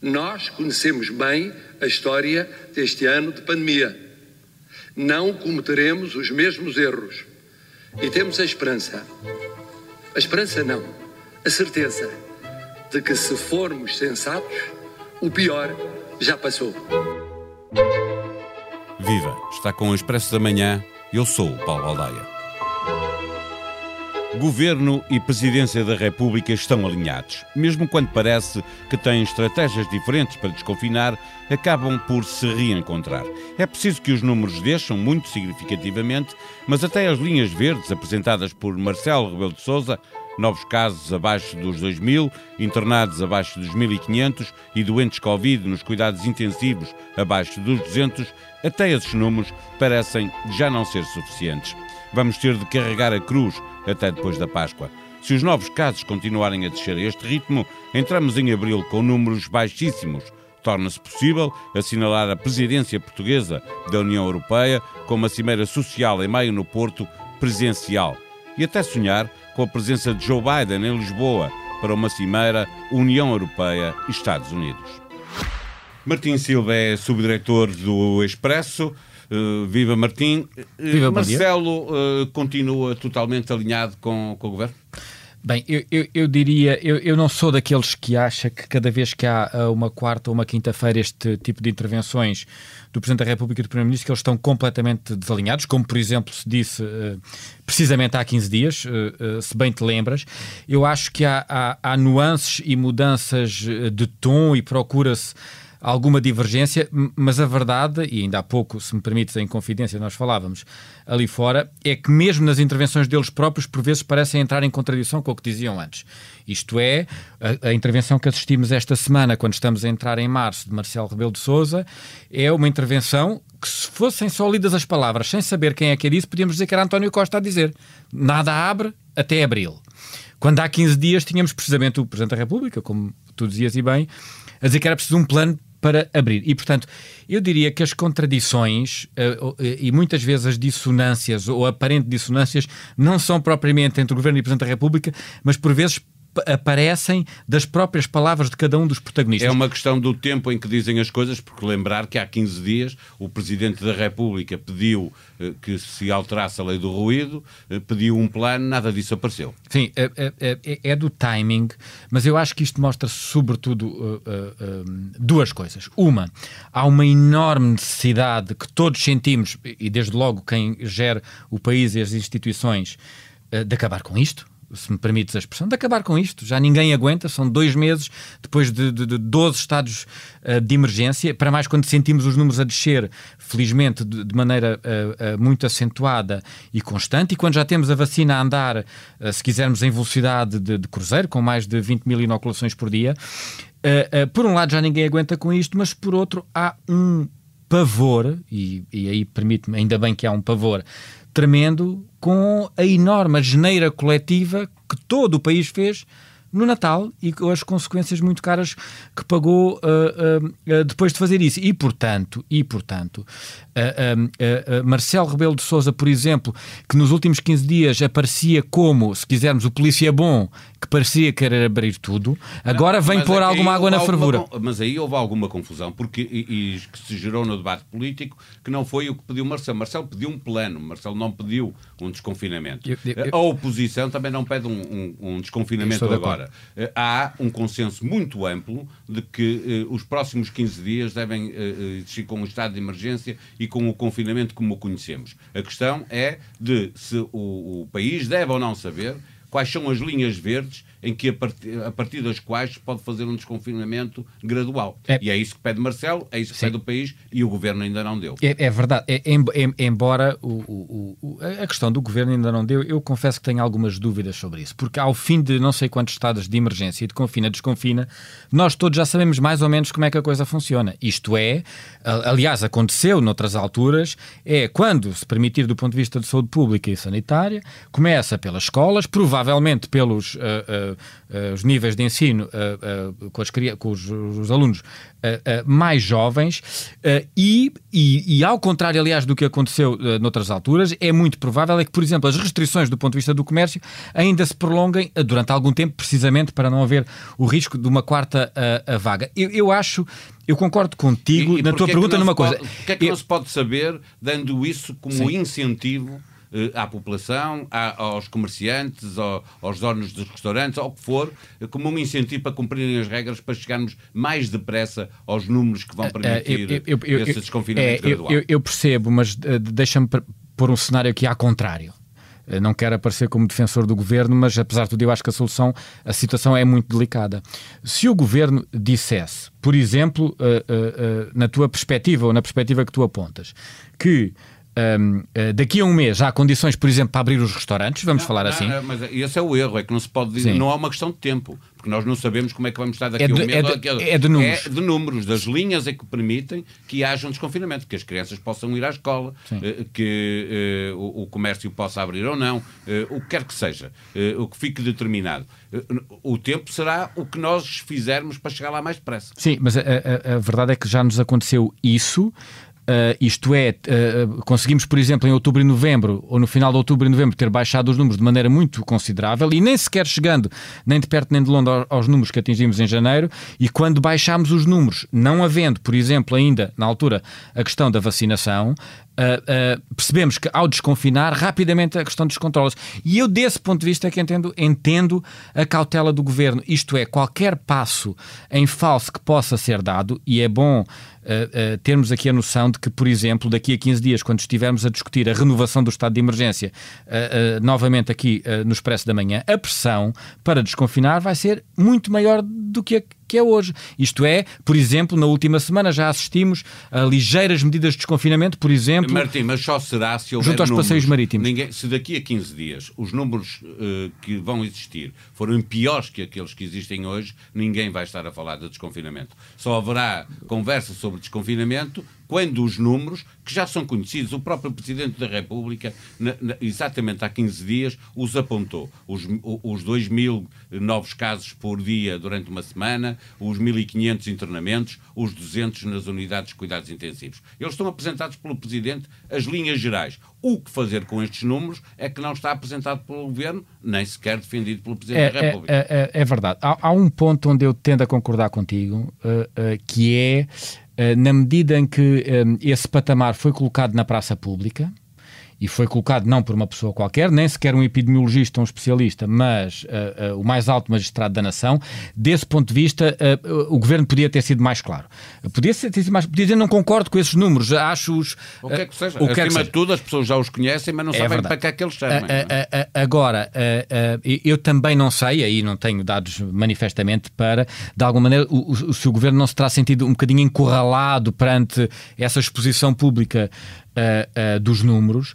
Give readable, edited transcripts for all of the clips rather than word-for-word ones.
Nós conhecemos bem a história deste ano de pandemia. Não cometeremos os mesmos erros. E temos a esperança não, a certeza de que se formos sensatos, o pior já passou. Viva! Está com o Expresso da Manhã. Eu sou o Paulo Baldaia. Governo e Presidência da República estão alinhados. Mesmo quando parece que têm estratégias diferentes para desconfinar, acabam por se reencontrar. É preciso que os números desçam muito significativamente, mas até as linhas verdes apresentadas por Marcelo Rebelo de Sousa, novos casos abaixo dos 2.000, internados abaixo dos 1.500 e doentes Covid nos cuidados intensivos abaixo dos 200, até esses números parecem já não ser suficientes. Vamos ter de carregar a cruz até depois da Páscoa. Se os novos casos continuarem a descer a este ritmo, entramos em abril com números baixíssimos. Torna-se possível assinalar a presidência portuguesa da União Europeia com uma cimeira social em maio no Porto, presencial. E até sonhar com a presença de Joe Biden em Lisboa para uma cimeira União Europeia e Estados Unidos. Martim Silva é subdiretor do Expresso. Viva Martim. Viva, Marcelo continua totalmente alinhado com o Governo? Bem, eu diria, eu não sou daqueles que acha que cada vez que há uma quarta ou uma quinta-feira este tipo de intervenções do Presidente da República e do Primeiro-Ministro, que eles estão completamente desalinhados, como por exemplo se disse precisamente há 15 dias, se bem te lembras. Eu acho que há nuances e mudanças de tom e procura-se alguma divergência, mas a verdade, e ainda há pouco, se me permites, em confidência, nós falávamos ali fora, é que mesmo nas intervenções deles próprios, por vezes parecem entrar em contradição com o que diziam antes. Isto é, a intervenção que assistimos esta semana, quando estamos a entrar em março, de Marcelo Rebelo de Sousa, é uma intervenção que, se fossem só lidas as palavras, sem saber quem é que a disse, podíamos dizer que era António Costa a dizer. Nada abre até abril. Quando há 15 dias tínhamos precisamente o Presidente da República, como tu dizias e bem, a dizer que era preciso um plano para abrir. E, portanto, eu diria que as contradições e muitas vezes as dissonâncias ou aparentes dissonâncias não são propriamente entre o Governo e o Presidente da República, mas por vezes aparecem das próprias palavras de cada um dos protagonistas. É uma questão do tempo em que dizem as coisas, porque lembrar que há 15 dias o Presidente da República pediu que se alterasse a lei do ruído, pediu um plano, nada disso apareceu. Sim, é do timing, mas eu acho que isto mostra sobretudo duas coisas. Uma, há uma enorme necessidade que todos sentimos, e desde logo quem gera o país e as instituições, de acabar com isto. Se me permites a expressão, de acabar com isto. Já ninguém aguenta, são 2 meses depois de 12 estados de emergência, para mais quando sentimos os números a descer, felizmente de maneira muito acentuada e constante, e quando já temos a vacina a andar, se quisermos, em velocidade de cruzeiro, com mais de 20.000 inoculações por dia. Por um lado já ninguém aguenta com isto, mas por outro há um pavor, e aí permite-me, ainda bem que há um pavor tremendo, com a enorme asneira coletiva que todo o país fez no Natal e com as consequências muito caras que pagou depois de fazer isso. E, portanto, Marcelo Rebelo de Sousa, por exemplo, que nos últimos 15 dias aparecia como, se quisermos, o polícia bom, que parecia querer abrir tudo, agora vem pôr alguma água na fervura. Mas aí houve alguma confusão, porque e que se gerou no debate político, que não foi o que pediu Marcelo. Marcelo pediu um plano, Marcelo não pediu um desconfinamento. A oposição também não pede um desconfinamento agora. Há um consenso muito amplo de que os próximos 15 dias devem existir com o estado de emergência e com o confinamento como o conhecemos. A questão é de se o país deve ou não saber quais são as linhas verdes em que a partir das quais pode fazer um desconfinamento gradual. E é isso que pede Marcelo, é isso que pede o país, e o Governo ainda não deu. É verdade. Embora a questão do Governo ainda não deu, eu confesso que tenho algumas dúvidas sobre isso, porque ao fim de não sei quantos estados de emergência e de confina-desconfina, nós todos já sabemos mais ou menos como é que a coisa funciona. Isto é, aliás, aconteceu noutras alturas, é quando se permitir do ponto de vista de saúde pública e sanitária, começa pelas escolas, provavelmente pelos os níveis de ensino com os alunos mais jovens e ao contrário, aliás, do que aconteceu noutras alturas, é muito provável é que, por exemplo, as restrições do ponto de vista do comércio ainda se prolonguem durante algum tempo, precisamente para não haver o risco de uma quarta vaga. Eu concordo contigo na tua pergunta numa coisa. O que é que não se pode saber dando isso como incentivo à população, aos comerciantes, aos donos dos restaurantes, ao que for, como um incentivo para cumprirem as regras para chegarmos mais depressa aos números que vão permitir esse desconfinamento gradual? Eu percebo, mas deixa-me pôr um cenário aqui ao contrário. Não quero aparecer como defensor do governo, mas apesar de tudo eu acho que a situação é muito delicada. Se o governo dissesse, por exemplo, na tua perspectiva ou na perspectiva que tu apontas, que daqui a um mês há condições, por exemplo, para abrir os restaurantes, falar assim. Mas esse é o erro, é que não se pode dizer, não há uma questão de tempo, porque nós não sabemos como é que vamos estar daqui a um mês. É de números. É de números, das linhas é que permitem que haja um desconfinamento, que as crianças possam ir à escola, que o comércio possa abrir ou não, o que quer que seja, o que fique determinado. O tempo será o que nós fizermos para chegar lá mais depressa. Sim, mas a verdade é que já nos aconteceu isso. Isto é, conseguimos, por exemplo, em outubro e novembro, ou no final de outubro e novembro, ter baixado os números de maneira muito considerável e nem sequer chegando nem de perto nem de longe aos números que atingimos em janeiro, e quando baixámos os números, não havendo, por exemplo, ainda na altura a questão da vacinação, percebemos que ao desconfinar rapidamente a questão descontrola-se. E eu desse ponto de vista é que entendo a cautela do governo, isto é, qualquer passo em falso que possa ser dado, e é bom termos aqui a noção de que, por exemplo, daqui a 15 dias, quando estivermos a discutir a renovação do estado de emergência novamente aqui no Expresso da Manhã, a pressão para desconfinar vai ser muito maior do que é hoje. Isto é, por exemplo, na última semana já assistimos a ligeiras medidas de desconfinamento, por exemplo... Martim, mas só será se houver junto aos números, passeios marítimos. Se daqui a 15 dias os números que vão existir forem piores que aqueles que existem hoje, ninguém vai estar a falar de desconfinamento. Só haverá conversa sobre desconfinamento quando os números, que já são conhecidos, o próprio Presidente da República, exatamente há 15 dias, os apontou. Os 2.000 novos casos por dia durante uma semana, os 1.500 internamentos, os 200 nas unidades de cuidados intensivos. Eles estão apresentados pelo Presidente as linhas gerais. O que fazer com estes números é que não está apresentado pelo Governo, nem sequer defendido pelo Presidente da República. É verdade. Há um ponto onde eu tendo a concordar contigo, que é na medida em que esse patamar foi colocado na praça pública, e foi colocado não por uma pessoa qualquer, nem sequer um epidemiologista ou um especialista, mas o mais alto magistrado da nação, desse ponto de vista, o governo podia ter sido mais claro. Podia dizer, não concordo com esses números, acho-os... O que é que seja. Acima de tudo, as pessoas já os conhecem, mas não sabem verdade. Para que eles servem. Agora, eu também não sei, aí não tenho dados manifestamente para, de alguma maneira, se o governo não se terá sentido um bocadinho encurralado perante essa exposição pública dos números.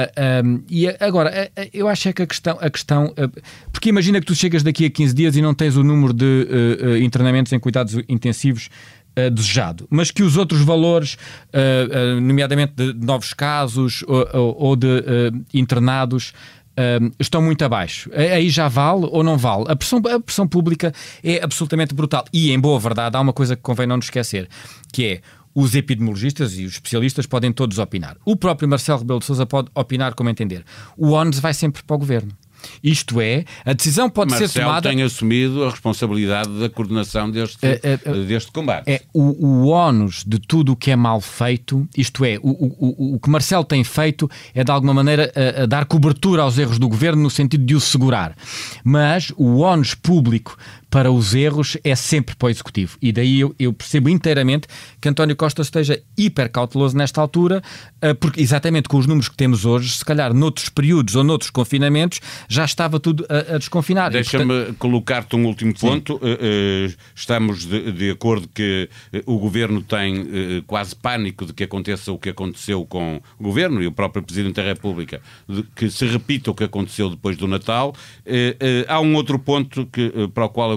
E agora, eu acho é que a questão porque imagina que tu chegas daqui a 15 dias e não tens o número de internamentos em cuidados intensivos desejado, mas que os outros valores, nomeadamente de novos casos ou de internados, estão muito abaixo. Aí já vale ou não vale? A pressão pública é absolutamente brutal. E, em boa verdade, há uma coisa que convém não nos esquecer, que é: os epidemiologistas e os especialistas podem todos opinar. O próprio Marcelo Rebelo de Sousa pode opinar como entender. O ónus vai sempre para o governo. Isto é, a decisão pode ser tomada... Marcelo tem assumido a responsabilidade da coordenação deste combate. O ónus de tudo o que é mal feito, isto é, o que Marcelo tem feito é, de alguma maneira, a dar cobertura aos erros do governo no sentido de o segurar. Mas o ónus público para os erros é sempre para o Executivo. E daí eu percebo inteiramente que António Costa esteja hiper cauteloso nesta altura, porque exatamente com os números que temos hoje, se calhar noutros períodos ou noutros confinamentos, já estava tudo a desconfinar. Deixa-me colocar-te um último ponto. Estamos de acordo que o Governo tem quase pânico de que aconteça o que aconteceu com o Governo e o próprio Presidente da República, que se repita o que aconteceu depois do Natal. Há um outro ponto para o qual eu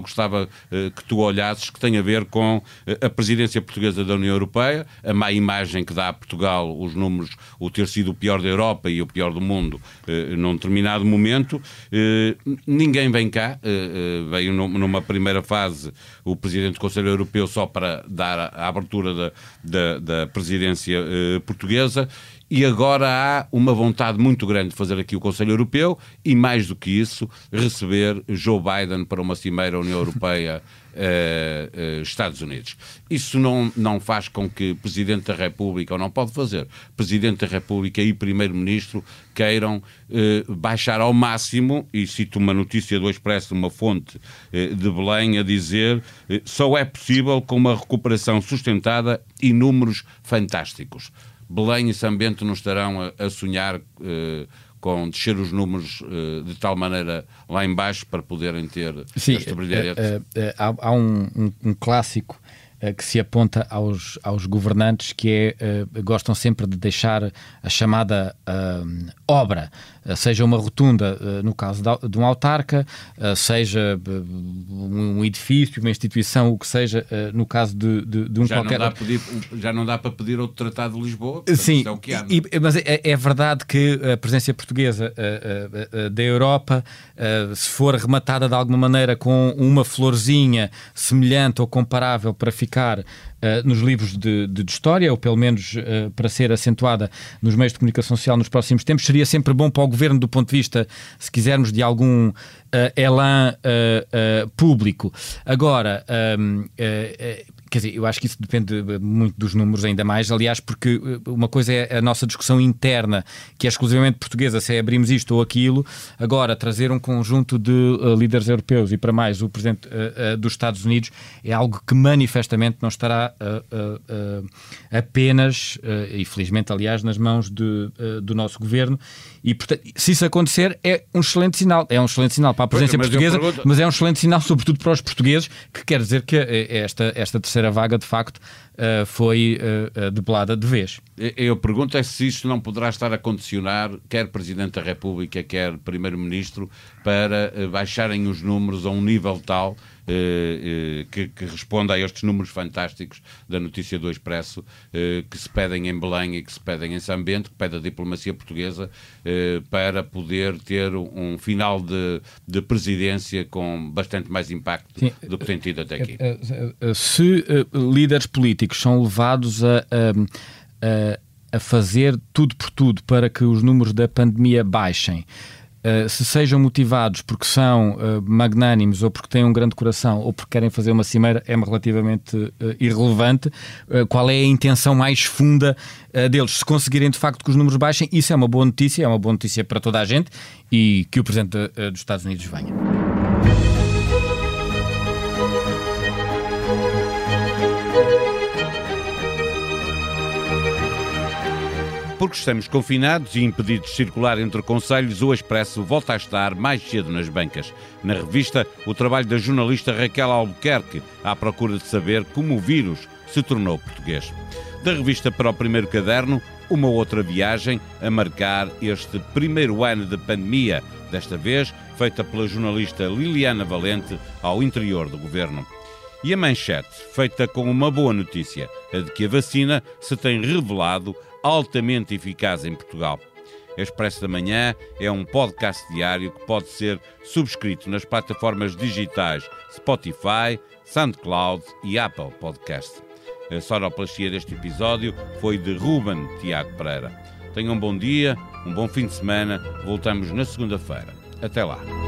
gostava que tu olhasses, que tem a ver com a presidência portuguesa da União Europeia, a má imagem que dá a Portugal, os números, o ter sido o pior da Europa e o pior do mundo num determinado momento. Ninguém vem cá, veio numa primeira fase o Presidente do Conselho Europeu só para dar a abertura da presidência portuguesa. E agora há uma vontade muito grande de fazer aqui o Conselho Europeu e, mais do que isso, receber Joe Biden para uma cimeira União Europeia Estados Unidos. Isso não faz com que Presidente da República, ou não pode fazer, Presidente da República e Primeiro-Ministro queiram baixar ao máximo, e cito uma notícia do Expresso, uma fonte de Belém, a dizer só é possível com uma recuperação sustentada e números fantásticos. Belém e São Bento não estarão a sonhar com descer os números de tal maneira lá em baixo para poderem ter este brilharete? Há um clássico que se aponta aos governantes, que é, gostam sempre de deixar a chamada obra, seja uma rotunda, no caso de um autarca, seja um edifício, uma instituição, o que seja, no caso de um qualquer... Já não dá para pedir outro Tratado de Lisboa? Sim, é o que há, mas é verdade que a presença portuguesa da Europa, se for rematada de alguma maneira com uma florzinha semelhante ou comparável para ficar nos livros de história, ou pelo menos para ser acentuada nos meios de comunicação social nos próximos tempos, seria sempre bom para o governo do ponto de vista, se quisermos, de algum elan público. Agora, quer dizer, eu acho que isso depende muito dos números, ainda mais, aliás, porque uma coisa é a nossa discussão interna, que é exclusivamente portuguesa, se é abrimos isto ou aquilo. Agora, trazer um conjunto de líderes europeus e, para mais, o Presidente dos Estados Unidos é algo que manifestamente não estará apenas, e felizmente, aliás, nas mãos do nosso governo. E, portanto, se isso acontecer, é um excelente sinal. É um excelente sinal para a presença portuguesa, mas é um excelente sinal, sobretudo, para os portugueses, que quer dizer que esta terceira vaga, de facto, foi debelada de vez. Eu pergunto se isso não poderá estar a condicionar quer Presidente da República, quer Primeiro-Ministro, para baixarem os números a um nível tal que responda a estes números fantásticos da notícia do Expresso, que se pedem em Belém e que se pedem em São Bento, que pede a diplomacia portuguesa para poder ter um final de presidência com bastante mais impacto do que tem tido até aqui. Se líderes políticos são levados a fazer tudo por tudo para que os números da pandemia baixem, se sejam motivados porque são magnânimos ou porque têm um grande coração ou porque querem fazer uma cimeira, é relativamente irrelevante. Qual é a intenção mais funda deles? Se conseguirem de facto que os números baixem, isso é uma boa notícia para toda a gente, e que o Presidente dos Estados Unidos venha. Porque estamos confinados e impedidos de circular entre concelhos, o Expresso volta a estar mais cedo nas bancas. Na revista, o trabalho da jornalista Raquel Albuquerque, à procura de saber como o vírus se tornou português. Da revista para o primeiro caderno, uma outra viagem a marcar este primeiro ano de pandemia, desta vez feita pela jornalista Liliana Valente ao interior do governo. E a manchete, feita com uma boa notícia, a de que a vacina se tem revelado altamente eficaz em Portugal. Expresso da Manhã é um podcast diário que pode ser subscrito nas plataformas digitais Spotify, SoundCloud e Apple Podcast. A sonoplastia deste episódio foi de Ruben Tiago Pereira. Tenham um bom dia, um bom fim de semana. Voltamos na segunda-feira. Até lá.